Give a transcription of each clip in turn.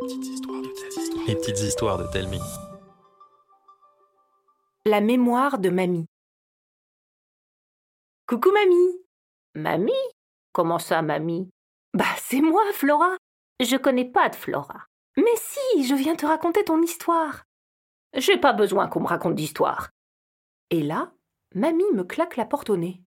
Les petites histoires de Telmi. La mémoire de Mamie. Coucou Mamie. Mamie? Comment ça, Mamie? Bah c'est moi, Flora. Je connais pas de Flora. Mais si, je viens te raconter ton histoire. J'ai pas besoin qu'on me raconte d'histoire. Et là, Mamie me claque la porte au nez.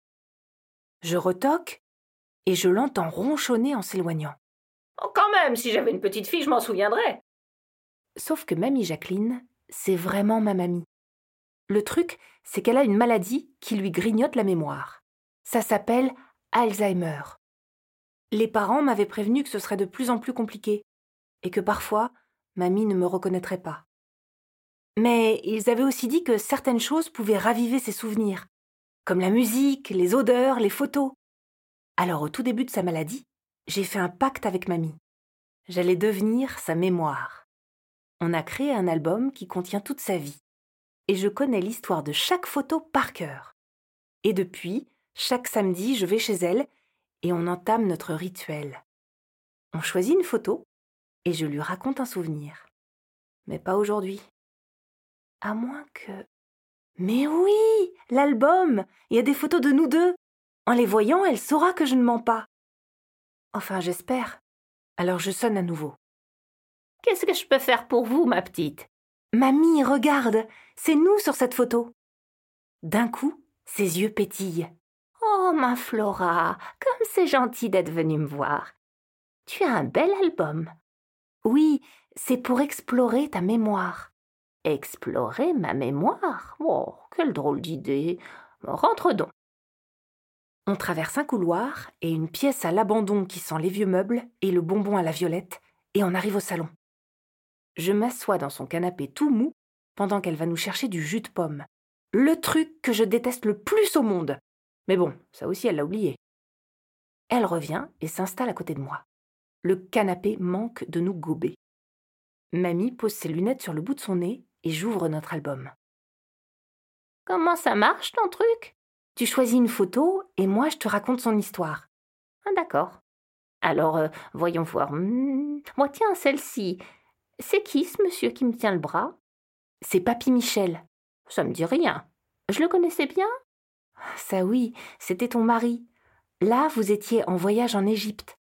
Je retoque et je l'entends ronchonner en s'éloignant. Oh, quand même, si j'avais une petite fille, je m'en souviendrais. Sauf que Mamie Jacqueline, c'est vraiment ma mamie. Le truc, c'est qu'elle a une maladie qui lui grignote la mémoire. Ça s'appelle Alzheimer. Les parents m'avaient prévenu que ce serait de plus en plus compliqué et que parfois, Mamie ne me reconnaîtrait pas. Mais ils avaient aussi dit que certaines choses pouvaient raviver ses souvenirs, comme la musique, les odeurs, les photos. Alors au tout début de sa maladie, j'ai fait un pacte avec Mamie. J'allais devenir sa mémoire. On a créé un album qui contient toute sa vie. Et je connais l'histoire de chaque photo par cœur. Et depuis, chaque samedi, je vais chez elle et on entame notre rituel. On choisit une photo et je lui raconte un souvenir. Mais pas aujourd'hui. À moins que... Mais oui, l'album! Il y a des photos de nous deux. En les voyant, elle saura que je ne mens pas. Enfin, j'espère. Alors je sonne à nouveau. Qu'est-ce que je peux faire pour vous, ma petite? Mamie, regarde, c'est nous sur cette photo. D'un coup, ses yeux pétillent. Oh, ma Flora, comme c'est gentil d'être venue me voir. Tu as un bel album. Oui, c'est pour explorer ta mémoire. Explorer ma mémoire? Oh, quelle drôle d'idée. Rentre donc. On traverse un couloir et une pièce à l'abandon qui sent les vieux meubles et le bonbon à la violette, et on arrive au salon. Je m'assois dans son canapé tout mou pendant qu'elle va nous chercher du jus de pomme. Le truc que je déteste le plus au monde. Mais bon, ça aussi elle l'a oublié. Elle revient et s'installe à côté de moi. Le canapé manque de nous gober. Mamie pose ses lunettes sur le bout de son nez et j'ouvre notre album. Comment ça marche, ton truc? Tu choisis une photo et moi je te raconte son histoire. Ah, d'accord. Alors, voyons voir. Moi, tiens, celle-ci. C'est qui, ce monsieur qui me tient le bras? C'est Papy Michel. Ça me dit rien. Je le connaissais bien? Ça oui, c'était ton mari. Là, vous étiez en voyage en Égypte.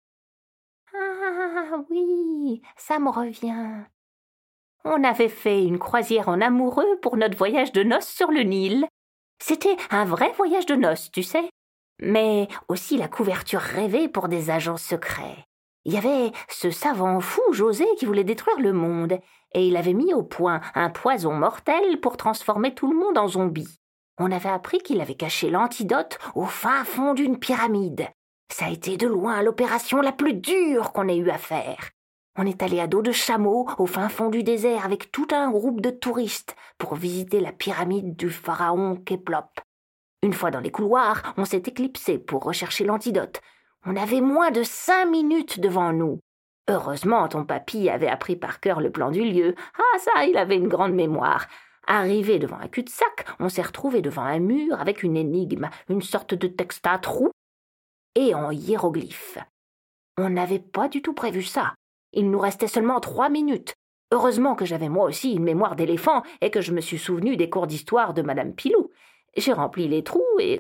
Ah oui, ça me revient. On avait fait une croisière en amoureux pour notre voyage de noces sur le Nil. C'était un vrai voyage de noces, tu sais. Mais aussi la couverture rêvée pour des agents secrets. Il y avait ce savant fou José qui voulait détruire le monde, et il avait mis au point un poison mortel pour transformer tout le monde en zombie. On avait appris qu'il avait caché l'antidote au fin fond d'une pyramide. Ça a été de loin l'opération la plus dure qu'on ait eu à faire. On est allé à dos de chameau au fin fond du désert avec tout un groupe de touristes pour visiter la pyramide du pharaon Képlop. Une fois dans les couloirs, on s'est éclipsé pour rechercher l'antidote. On avait moins de 5 minutes devant nous. Heureusement, ton papy avait appris par cœur le plan du lieu. Ah ça, il avait une grande mémoire. Arrivé devant un cul-de-sac, on s'est retrouvé devant un mur avec une énigme, une sorte de texte à trous et en hiéroglyphes. On n'avait pas du tout prévu ça. Il nous restait seulement 3 minutes. Heureusement que j'avais moi aussi une mémoire d'éléphant et que je me suis souvenu des cours d'histoire de Madame Pilou. J'ai rempli les trous et...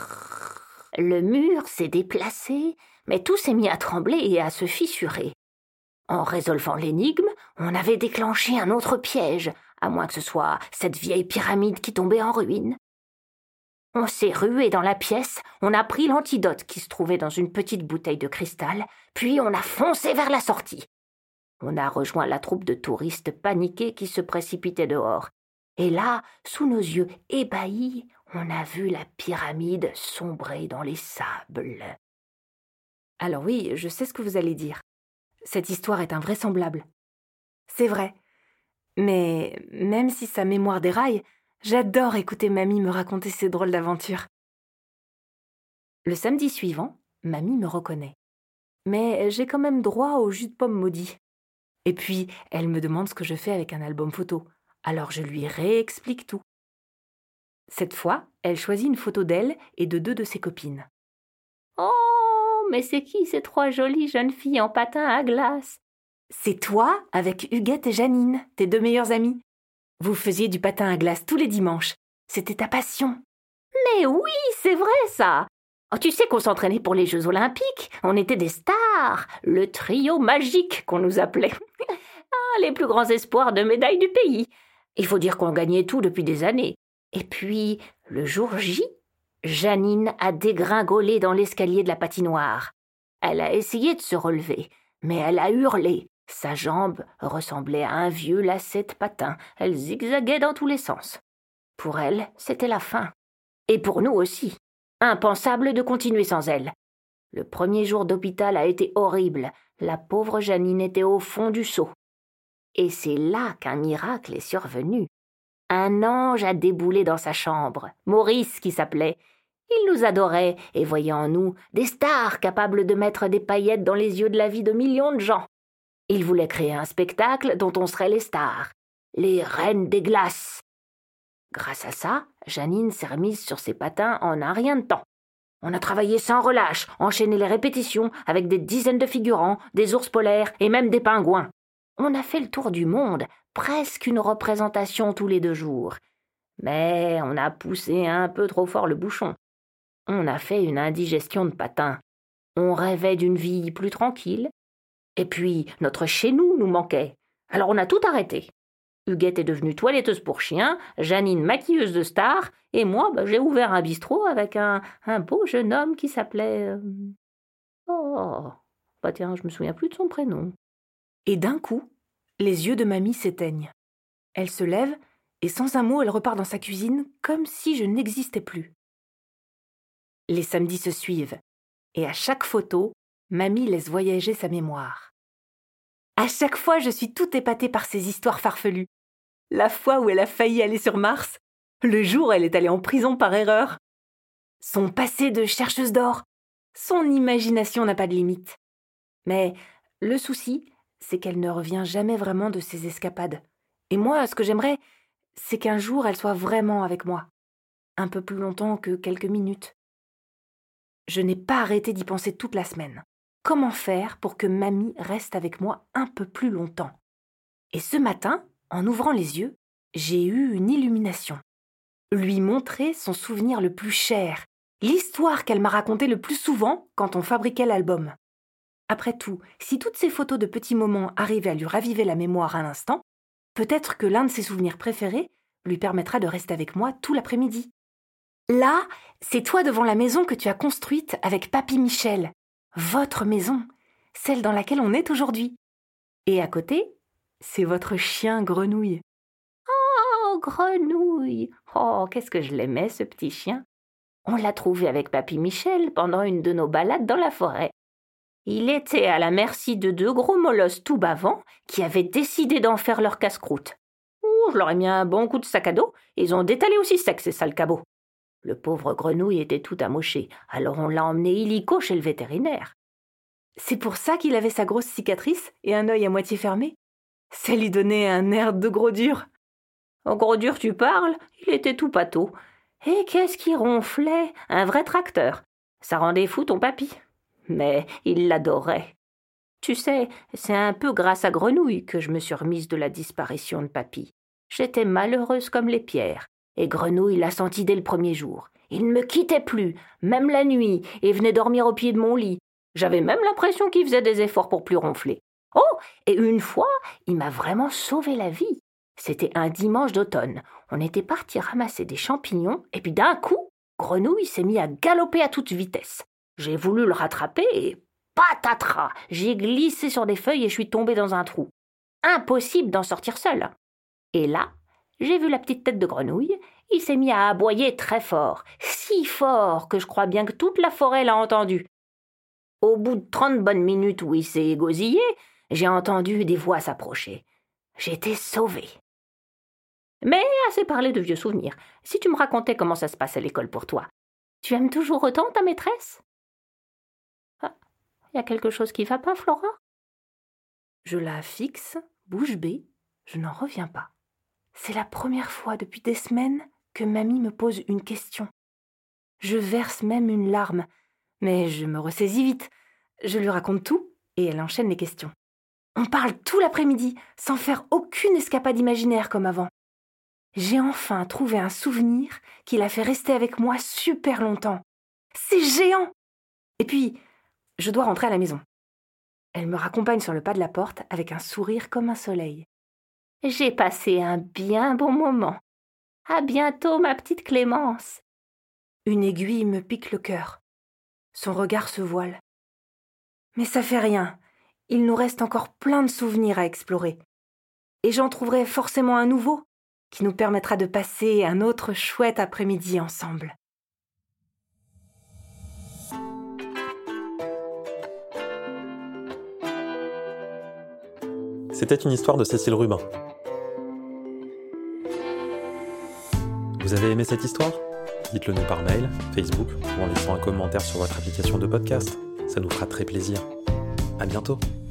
Le mur s'est déplacé, mais tout s'est mis à trembler et à se fissurer. En résolvant l'énigme, on avait déclenché un autre piège, à moins que ce soit cette vieille pyramide qui tombait en ruine. On s'est rué dans la pièce, on a pris l'antidote qui se trouvait dans une petite bouteille de cristal, puis on a foncé vers la sortie. On a rejoint la troupe de touristes paniqués qui se précipitaient dehors. Et là, sous nos yeux ébahis, on a vu la pyramide sombrer dans les sables. Alors oui, je sais ce que vous allez dire. Cette histoire est invraisemblable. C'est vrai. Mais même si sa mémoire déraille, j'adore écouter Mamie me raconter ces drôles d'aventures. Le samedi suivant, Mamie me reconnaît. Mais j'ai quand même droit au jus de pomme maudit. Et puis, elle me demande ce que je fais avec un album photo. Alors je lui réexplique tout. Cette fois, elle choisit une photo d'elle et de 2 de ses copines. Oh, mais c'est qui ces 3 jolies jeunes filles en patins à glace? C'est toi avec Huguette et Janine, tes 2 meilleures amies. Vous faisiez du patin à glace tous les dimanches. C'était ta passion. Mais oui, c'est vrai ça. Oh, tu sais qu'on s'entraînait pour les Jeux Olympiques. On était des stars. Le trio magique qu'on nous appelait. Les plus grands espoirs de médaille du pays. Il faut dire qu'on gagnait tout depuis des années. Et puis, le jour J, Janine a dégringolé dans l'escalier de la patinoire. Elle a essayé de se relever, mais elle a hurlé. Sa jambe ressemblait à un vieux lacet de patin. Elle zigzaguait dans tous les sens. Pour elle, c'était la fin. Et pour nous aussi. Impensable de continuer sans elle. Le premier jour d'hôpital a été horrible. La pauvre Janine était au fond du seau. Et c'est là qu'un miracle est survenu. Un ange a déboulé dans sa chambre, Maurice qui s'appelait. Il nous adorait et voyait en nous des stars capables de mettre des paillettes dans les yeux de la vie de millions de gens. Il voulait créer un spectacle dont on serait les stars, les reines des glaces. Grâce à ça, Janine s'est remise sur ses patins en un rien de temps. On a travaillé sans relâche, enchaîné les répétitions avec des dizaines de figurants, des ours polaires et même des pingouins. On a fait le tour du monde, presque une représentation tous les 2 jours. Mais on a poussé un peu trop fort le bouchon. On a fait une indigestion de patins. On rêvait d'une vie plus tranquille. Et puis, notre chez-nous nous manquait. Alors on a tout arrêté. Huguette est devenue toiletteuse pour chiens, Janine maquilleuse de stars, et moi, j'ai ouvert un bistrot avec un beau jeune homme qui s'appelait... tiens, je me souviens plus de son prénom. Et d'un coup, les yeux de mamie s'éteignent. Elle se lève et sans un mot, elle repart dans sa cuisine comme si je n'existais plus. Les samedis se suivent et à chaque photo, mamie laisse voyager sa mémoire. À chaque fois, je suis toute épatée par ces histoires farfelues. La fois où elle a failli aller sur Mars, le jour où elle est allée en prison par erreur, son passé de chercheuse d'or, son imagination n'a pas de limite. Mais le souci, c'est qu'elle ne revient jamais vraiment de ses escapades. Et moi, ce que j'aimerais, c'est qu'un jour elle soit vraiment avec moi. Un peu plus longtemps que quelques minutes. Je n'ai pas arrêté d'y penser toute la semaine. Comment faire pour que mamie reste avec moi un peu plus longtemps? Et ce matin, en ouvrant les yeux, j'ai eu une illumination. Lui montrer son souvenir le plus cher, l'histoire qu'elle m'a racontée le plus souvent quand on fabriquait l'album. Après tout, si toutes ces photos de petits moments arrivaient à lui raviver la mémoire un instant, peut-être que l'un de ses souvenirs préférés lui permettra de rester avec moi tout l'après-midi. Là, c'est toi devant la maison que tu as construite avec Papy Michel. Votre maison, celle dans laquelle on est aujourd'hui. Et à côté, c'est votre chien Grenouille. Oh, Grenouille! Oh, qu'est-ce que je l'aimais, ce petit chien! On l'a trouvé avec Papy Michel pendant une de nos balades dans la forêt. Il était à la merci de 2 gros molosses tout bavants qui avaient décidé d'en faire leur casse-croûte. Je leur ai mis un bon coup de sac à dos et ils ont détalé aussi sec ces sales cabots. Le pauvre Grenouille était tout amoché, alors on l'a emmené illico chez le vétérinaire. C'est pour ça qu'il avait sa grosse cicatrice et un œil à moitié fermé? Ça lui donnait un air de gros dur. Oh, gros dur, tu parles? Il était tout pâteau. Et qu'est-ce qui ronflait? Un vrai tracteur. Ça rendait fou ton papy. Mais il l'adorait. Tu sais, c'est un peu grâce à Grenouille que je me suis remise de la disparition de papy. J'étais malheureuse comme les pierres, et Grenouille l'a senti dès le premier jour. Il ne me quittait plus, même la nuit, et venait dormir au pied de mon lit. J'avais même l'impression qu'il faisait des efforts pour plus ronfler. Oh, et une fois, il m'a vraiment sauvé la vie. C'était un dimanche d'automne. On était partis ramasser des champignons, et puis d'un coup, Grenouille s'est mis à galoper à toute vitesse. J'ai voulu le rattraper et patatras! J'ai glissé sur des feuilles et je suis tombée dans un trou. Impossible d'en sortir seule. Et là, j'ai vu la petite tête de Grenouille. Il s'est mis à aboyer très fort, si fort que je crois bien que toute la forêt l'a entendu. Au bout de 30 bonnes minutes où il s'est égosillé, j'ai entendu des voix s'approcher. J'étais sauvée. Mais assez parlé de vieux souvenirs. Si tu me racontais comment ça se passe à l'école pour toi, tu aimes toujours autant ta maîtresse? Y a quelque chose qui va pas, Flora? Je la fixe, bouche bée, je n'en reviens pas. C'est la première fois depuis des semaines que mamie me pose une question. Je verse même une larme, mais je me ressaisis vite. Je lui raconte tout et elle enchaîne les questions. On parle tout l'après-midi, sans faire aucune escapade imaginaire comme avant. J'ai enfin trouvé un souvenir qui l'a fait rester avec moi super longtemps. C'est géant! Et puis, je dois rentrer à la maison. Elle me raccompagne sur le pas de la porte avec un sourire comme un soleil. J'ai passé un bien bon moment. À bientôt, ma petite Clémence. Une aiguille me pique le cœur. Son regard se voile. Mais ça fait rien. Il nous reste encore plein de souvenirs à explorer. Et j'en trouverai forcément un nouveau qui nous permettra de passer un autre chouette après-midi ensemble. C'était une histoire de Cécile Rubin. Vous avez aimé cette histoire ? Dites-le nous par mail, Facebook ou en laissant un commentaire sur votre application de podcast. Ça nous fera très plaisir. À bientôt.